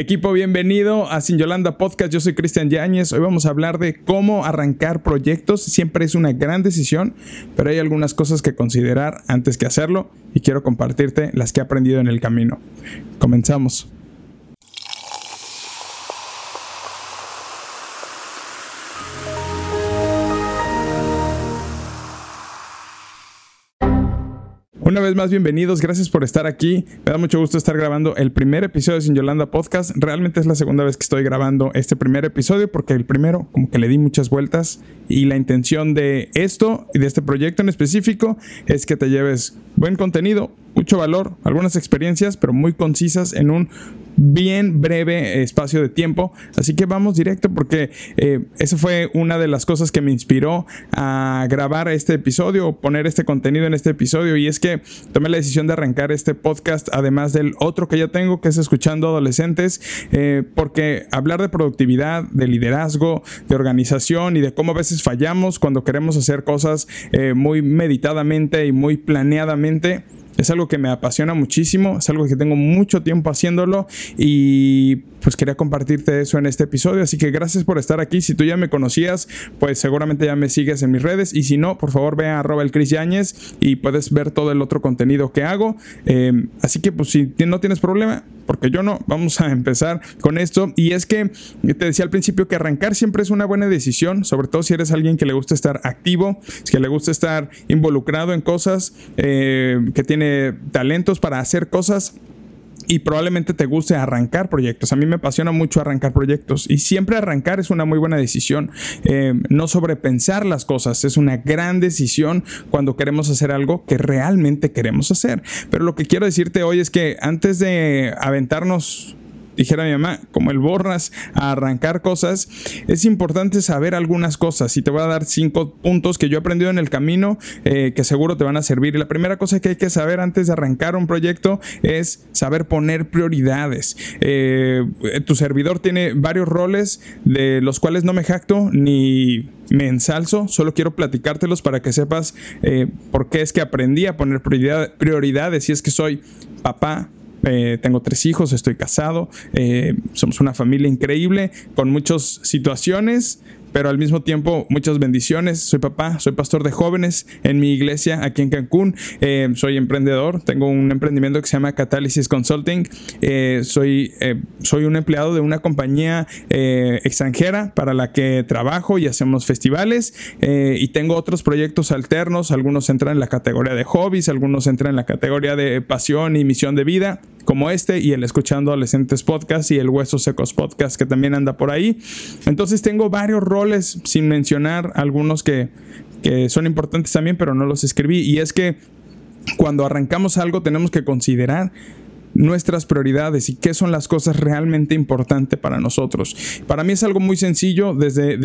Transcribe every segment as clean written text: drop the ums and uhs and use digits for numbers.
Equipo, bienvenido a Sin Yolanda Podcast. Yo soy Cristian Yáñez. Hoy vamos a hablar de cómo arrancar proyectos. Siempre es una gran decisión, pero hay algunas cosas que considerar antes que hacerlo y quiero compartirte las que he aprendido en el camino. Comenzamos. Una vez más, bienvenidos, gracias por estar aquí. Me da mucho gusto estar grabando el primer episodio de Sin Yolanda Podcast. Realmente es la segunda vez que estoy grabando este primer episodio porque el primero como que le di muchas vueltas y la intención de esto y de este proyecto en específico es que te lleves buen contenido, mucho valor, algunas experiencias, pero muy concisas en un bien breve espacio de tiempo. Así que vamos directo porque esa fue una de las cosas que me inspiró a grabar este episodio o poner este contenido en este episodio, y es que tomé la decisión de arrancar este podcast además del otro que ya tengo, que es Escuchando Adolescentes, porque hablar de productividad, de liderazgo, de organización y de cómo a veces fallamos cuando queremos hacer cosas muy meditadamente y muy planeadamente es algo que me apasiona muchísimo, es algo que tengo mucho tiempo haciéndolo y pues quería compartirte eso en este episodio. Así que gracias por estar aquí. Si tú ya me conocías, pues seguramente ya me sigues en mis redes, y si no, por favor ve a @elCrisYáñez y puedes ver todo el otro contenido que hago. Así que pues si no tienes problema, porque yo no, vamos a empezar con esto. Y es que te decía al principio que arrancar siempre es una buena decisión, sobre todo si eres alguien que le gusta estar activo, que le gusta estar involucrado en cosas, que tiene talentos para hacer cosas. Y probablemente te guste arrancar proyectos. A mí me apasiona mucho arrancar proyectos y siempre arrancar es una muy buena decisión. No sobrepensar las cosas es una gran decisión cuando queremos hacer algo que realmente queremos hacer. Pero lo que quiero decirte hoy es que antes de aventarnos, dijera mi mamá, como el borras, a arrancar cosas, es importante saber algunas cosas, y te voy a dar 5 puntos que yo he aprendido en el camino, que seguro te van a servir. Y la primera cosa que hay que saber antes de arrancar un proyecto es saber poner prioridades. Tu servidor tiene varios roles de los cuales no me jacto ni me ensalzo, solo quiero platicártelos para que sepas por qué es que aprendí a poner prioridades. Y es que soy papá, tengo 3 hijos, estoy casado, somos una familia increíble con muchas situaciones, pero al mismo tiempo muchas bendiciones. Soy papá, soy pastor de jóvenes en mi iglesia aquí en Cancún, soy emprendedor, tengo un emprendimiento que se llama Catálisis Consulting, soy un empleado de una compañía extranjera para la que trabajo y hacemos festivales, y tengo otros proyectos alternos. Algunos entran en la categoría de hobbies, algunos entran en la categoría de pasión y misión de vida, como este y el Escuchando Adolescentes Podcast y el Huesos Secos Podcast, que también anda por ahí. Entonces tengo varios roles, sin mencionar algunos que son importantes también, pero no los escribí. Y es que cuando arrancamos algo tenemos que considerar nuestras prioridades y qué son las cosas realmente importantes para nosotros. Para mí es algo muy sencillo.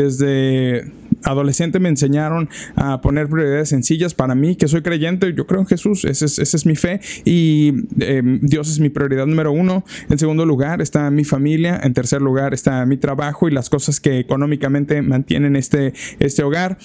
Desde adolescente me enseñaron a poner prioridades sencillas. Para mí, que soy creyente, yo creo en Jesús, esa es mi fe, y Dios es mi prioridad número 1. En segundo lugar está mi familia. En tercer lugar está mi trabajo y las cosas que económicamente mantienen este hogar.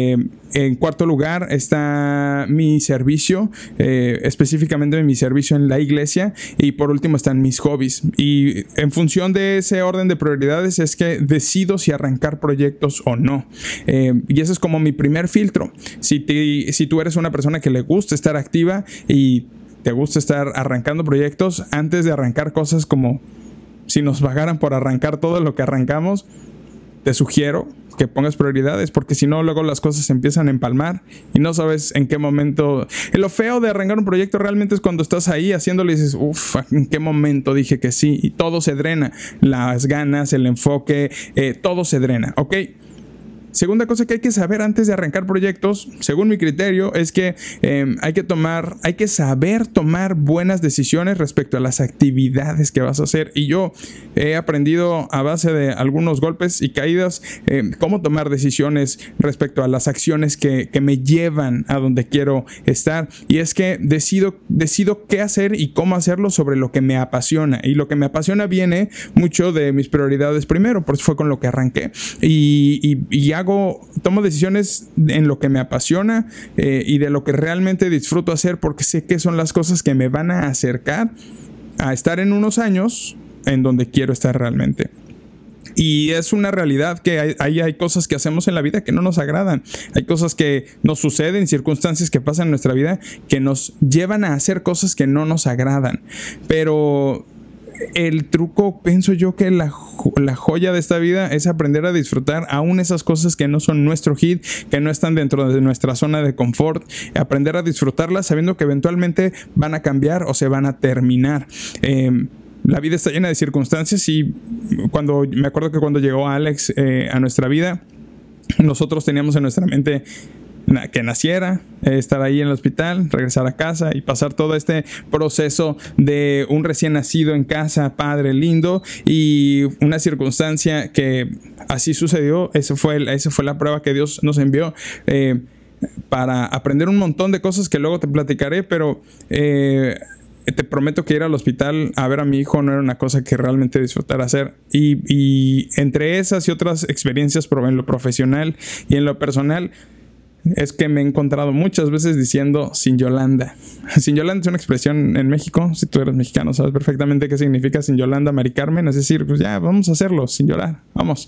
En cuarto lugar está mi servicio, específicamente mi servicio en la iglesia. Y por último están mis hobbies. Y en función de ese orden de prioridades es que decido si arrancar proyectos o no. Y ese es como mi primer filtro. Si tú eres una persona que le gusta estar activa y te gusta estar arrancando proyectos, antes de arrancar cosas, como si nos pagaran por arrancar todo lo que arrancamos, te sugiero que pongas prioridades, porque si no, luego las cosas se empiezan a empalmar y no sabes en qué momento. Lo feo de arrancar un proyecto realmente es cuando estás ahí haciéndolo y dices, uff, ¿en qué momento dije que sí? Y todo se drena, las ganas, el enfoque, todo se drena, ¿ok? Segunda cosa que hay que saber antes de arrancar proyectos, según mi criterio, es que hay que saber tomar buenas decisiones respecto a las actividades que vas a hacer. Y yo he aprendido a base de algunos golpes y caídas cómo tomar decisiones respecto a las acciones que me llevan a donde quiero estar. Y es que decido qué hacer y cómo hacerlo sobre lo que me apasiona. Y lo que me apasiona viene mucho de mis prioridades primero, por eso fue con lo que arranqué. Y tomo decisiones en lo que me apasiona y de lo que realmente disfruto hacer, porque sé que son las cosas que me van a acercar a estar en unos años en donde quiero estar realmente. Y es una realidad que hay cosas que hacemos en la vida que no nos agradan. Hay cosas que nos suceden, circunstancias que pasan en nuestra vida que nos llevan a hacer cosas que no nos agradan. Pero el truco, pienso yo, que la joya de esta vida es aprender a disfrutar aún esas cosas que no son nuestro hit, que no están dentro de nuestra zona de confort. Aprender a disfrutarlas sabiendo que eventualmente van a cambiar o se van a terminar. La vida está llena de circunstancias y me acuerdo que cuando llegó Alex a nuestra vida, nosotros teníamos en nuestra mente que naciera, estar ahí en el hospital, regresar a casa y pasar todo este proceso de un recién nacido en casa, padre lindo, y una circunstancia que así sucedió. Esa fue la prueba que Dios nos envió para aprender un montón de cosas que luego te platicaré, pero te prometo que ir al hospital a ver a mi hijo no era una cosa que realmente disfrutara hacer. Y entre esas y otras experiencias en lo profesional y en lo personal, es que me he encontrado muchas veces diciendo sin Yolanda. Sin Yolanda es una expresión en México. Si tú eres mexicano, sabes perfectamente qué significa sin Yolanda, Mari Carmen. Es decir, pues ya, vamos a hacerlo sin llorar. Vamos.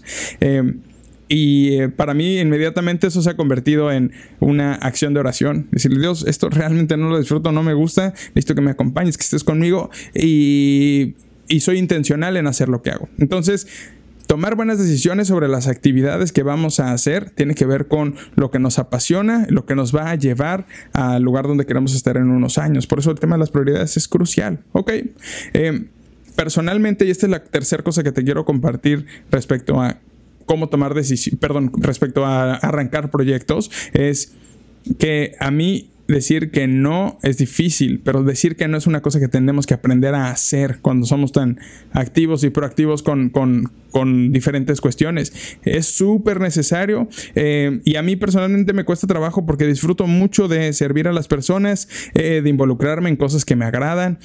Para mí inmediatamente eso se ha convertido en una acción de oración. Decirle, Dios, esto realmente no lo disfruto, no me gusta, necesito que me acompañes, que estés conmigo, y soy intencional en hacer lo que hago. Entonces, tomar buenas decisiones sobre las actividades que vamos a hacer tiene que ver con lo que nos apasiona, lo que nos va a llevar al lugar donde queremos estar en unos años. Por eso el tema de las prioridades es crucial. Ok. Personalmente, y esta es la tercera cosa que te quiero compartir respecto a cómo tomar decisiones, respecto a arrancar proyectos, es que a mí decir que no es difícil, pero decir que no es una cosa que tenemos que aprender a hacer cuando somos tan activos y proactivos con diferentes cuestiones. Es súper necesario, y a mí personalmente me cuesta trabajo porque disfruto mucho de servir a las personas, de involucrarme en cosas que me agradan,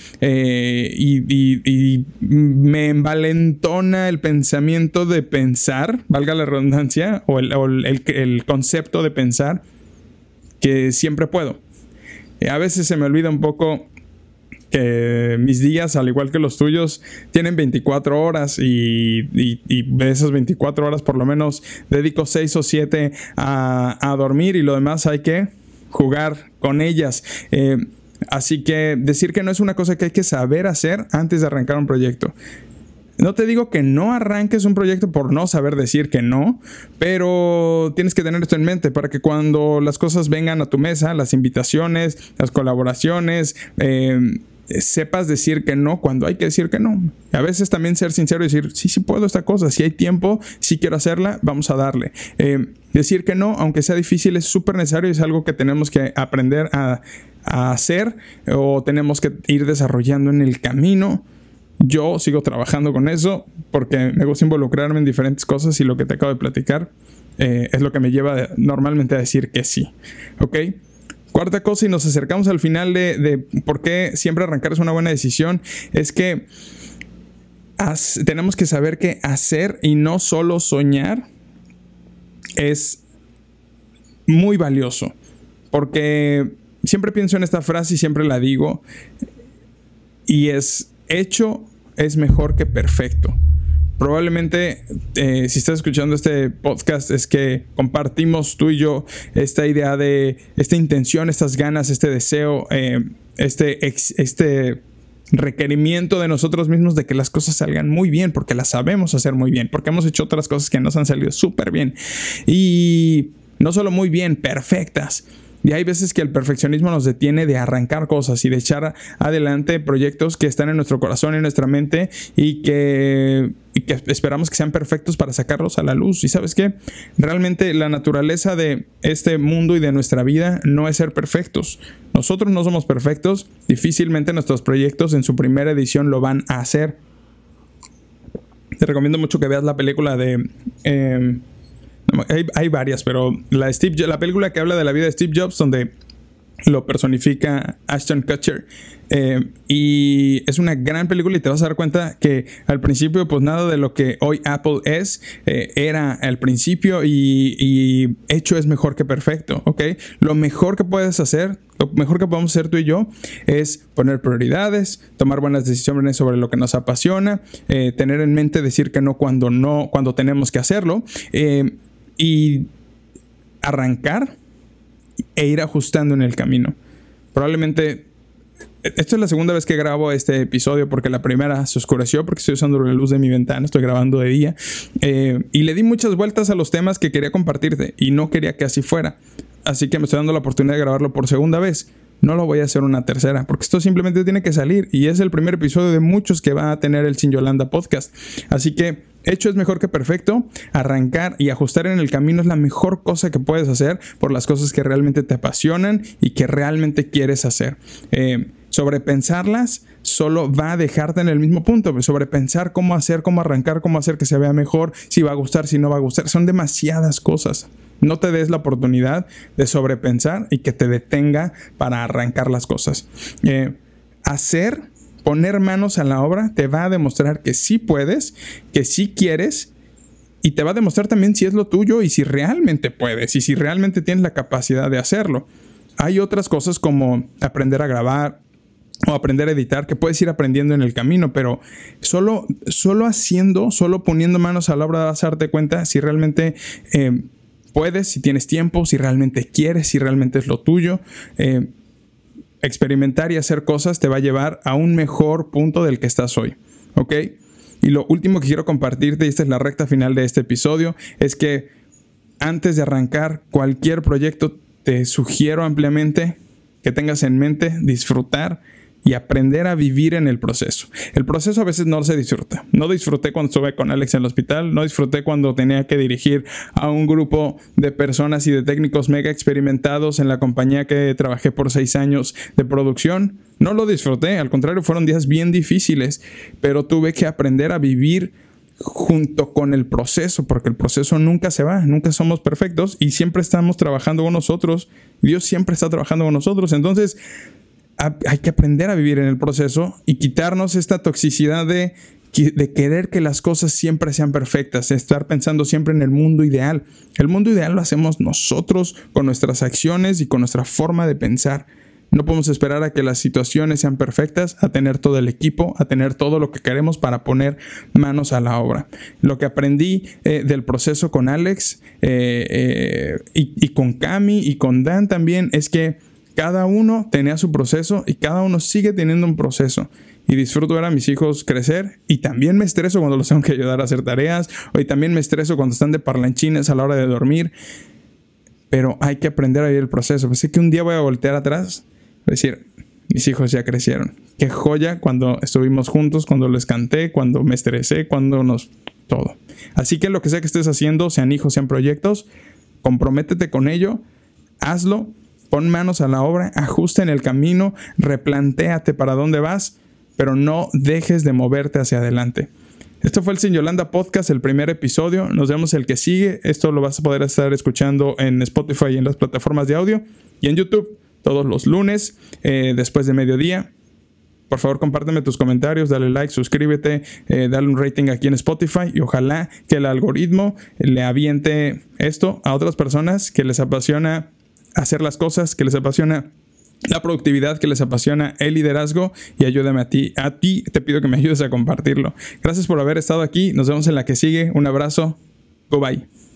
y me envalentona el pensamiento de pensar, valga la redundancia, o el concepto de pensar que siempre puedo. A veces se me olvida un poco que mis días, al igual que los tuyos, tienen 24 horas y de esas 24 horas por lo menos dedico 6 o 7 a dormir, y lo demás hay que jugar con ellas. Así que decir que no es una cosa que hay que saber hacer antes de arrancar un proyecto. No te digo que no arranques un proyecto por no saber decir que no, pero tienes que tener esto en mente para que cuando las cosas vengan a tu mesa, las invitaciones, las colaboraciones, sepas decir que no cuando hay que decir que no. A veces también ser sincero y decir, sí puedo esta cosa, si hay tiempo, si quiero hacerla, vamos a darle. Decir que no, aunque sea difícil, es súper necesario y es algo que tenemos que aprender a hacer, o tenemos que ir desarrollando en el camino. Yo sigo trabajando con eso porque me gusta involucrarme en diferentes cosas, y lo que te acabo de platicar es lo que me lleva normalmente a decir que sí. ¿Ok? Cuarta cosa, y nos acercamos al final de por qué siempre arrancar es una buena decisión, es que tenemos que saber que hacer y no solo soñar es muy valioso. Porque siempre pienso en esta frase y siempre la digo, y es: hecho es mejor que perfecto. Probablemente, si estás escuchando este podcast, es que compartimos tú y yo esta idea de esta intención, estas ganas, este deseo, este requerimiento de nosotros mismos de que las cosas salgan muy bien, porque las sabemos hacer muy bien, porque hemos hecho otras cosas que nos han salido súper bien. Y no solo muy bien, perfectas. Y hay veces que el perfeccionismo nos detiene de arrancar cosas y de echar adelante proyectos que están en nuestro corazón y en nuestra mente, y que esperamos que sean perfectos para sacarlos a la luz. ¿Y sabes qué? Realmente la naturaleza de este mundo y de nuestra vida no es ser perfectos. Nosotros no somos perfectos. Difícilmente nuestros proyectos en su primera edición lo van a hacer. Te recomiendo mucho que veas la película de... hay varias, pero la película que habla de la vida de Steve Jobs, donde lo personifica Ashton Kutcher. Y es una gran película y te vas a dar cuenta que al principio pues nada de lo que hoy Apple es era al principio, y hecho es mejor que perfecto, ¿ok? Lo mejor que puedes hacer, lo mejor que podemos hacer tú y yo es poner prioridades, tomar buenas decisiones sobre lo que nos apasiona, tener en mente decir que no cuando tenemos que hacerlo, y arrancar e ir ajustando en el camino. Probablemente esta es la segunda vez que grabo este episodio, porque la primera se oscureció porque estoy usando la luz de mi ventana, estoy grabando de día, y le di muchas vueltas a los temas que quería compartirte y no quería que así fuera, así que me estoy dando la oportunidad de grabarlo por segunda vez. No lo voy a hacer una tercera, porque esto simplemente tiene que salir, y es el primer episodio de muchos que va a tener el Sin Yolanda podcast. Así que hecho es mejor que perfecto. Arrancar y ajustar en el camino es la mejor cosa que puedes hacer por las cosas que realmente te apasionan y que realmente quieres hacer. Sobrepensarlas solo va a dejarte en el mismo punto. Sobrepensar cómo hacer, cómo arrancar, cómo hacer que se vea mejor, si va a gustar, si no va a gustar. Son demasiadas cosas. No te des la oportunidad de sobrepensar y que te detenga para arrancar las cosas. Poner manos a la obra te va a demostrar que sí puedes, que sí quieres, y te va a demostrar también si es lo tuyo y si realmente puedes y si realmente tienes la capacidad de hacerlo. Hay otras cosas como aprender a grabar o aprender a editar que puedes ir aprendiendo en el camino, pero solo haciendo, solo poniendo manos a la obra vas a darte cuenta si realmente puedes, si tienes tiempo, si realmente quieres, si realmente es lo tuyo. Experimentar y hacer cosas te va a llevar a un mejor punto del que estás hoy, ¿ok? Y lo último que quiero compartirte, y esta es la recta final de este episodio, es que antes de arrancar cualquier proyecto, te sugiero ampliamente que tengas en mente disfrutar y aprender a vivir en el proceso. El proceso a veces no se disfruta. No disfruté cuando estuve con Alex en el hospital, no disfruté cuando tenía que dirigir a un grupo de personas y de técnicos mega experimentados en la compañía que trabajé por 6 años de producción. No lo disfruté, al contrario, fueron días bien difíciles, pero tuve que aprender a vivir junto con el proceso, porque el proceso nunca se va, nunca somos perfectos y siempre estamos trabajando con nosotros. Dios siempre está trabajando con nosotros. Entonces hay que aprender a vivir en el proceso y quitarnos esta toxicidad de querer que las cosas siempre sean perfectas, de estar pensando siempre en el mundo ideal. El mundo ideal lo hacemos nosotros con nuestras acciones y con nuestra forma de pensar. No podemos esperar a que las situaciones sean perfectas, a tener todo el equipo, a tener todo lo que queremos para poner manos a la obra. Lo que aprendí del proceso con Alex y con Cami y con Dan también es que cada uno tenía su proceso y cada uno sigue teniendo un proceso. Y disfruto ver a mis hijos crecer, y también me estreso cuando los tengo que ayudar a hacer tareas, y también me estreso cuando están de parlanchines a la hora de dormir. Pero hay que aprender a vivir el proceso. Pues sé que un día voy a voltear atrás y decir, mis hijos ya crecieron. Qué joya cuando estuvimos juntos, cuando les canté, cuando me estresé, todo. Así que lo que sea que estés haciendo, sean hijos, sean proyectos, comprométete con ello, hazlo. Pon manos a la obra, ajusta en el camino, replantéate para dónde vas, pero no dejes de moverte hacia adelante. Esto fue el Sin Yolanda Podcast, el primer episodio. Nos vemos el que sigue. Esto lo vas a poder estar escuchando en Spotify y en las plataformas de audio y en YouTube todos los lunes después de mediodía. Por favor, compárteme tus comentarios, dale like, suscríbete, dale un rating aquí en Spotify, y ojalá que el algoritmo le aviente esto a otras personas que les apasiona hacer las cosas, que les apasiona la productividad, que les apasiona el liderazgo, y ayúdame a ti te pido que me ayudes a compartirlo. Gracias por haber estado aquí, nos vemos en la que sigue, un abrazo, bye bye.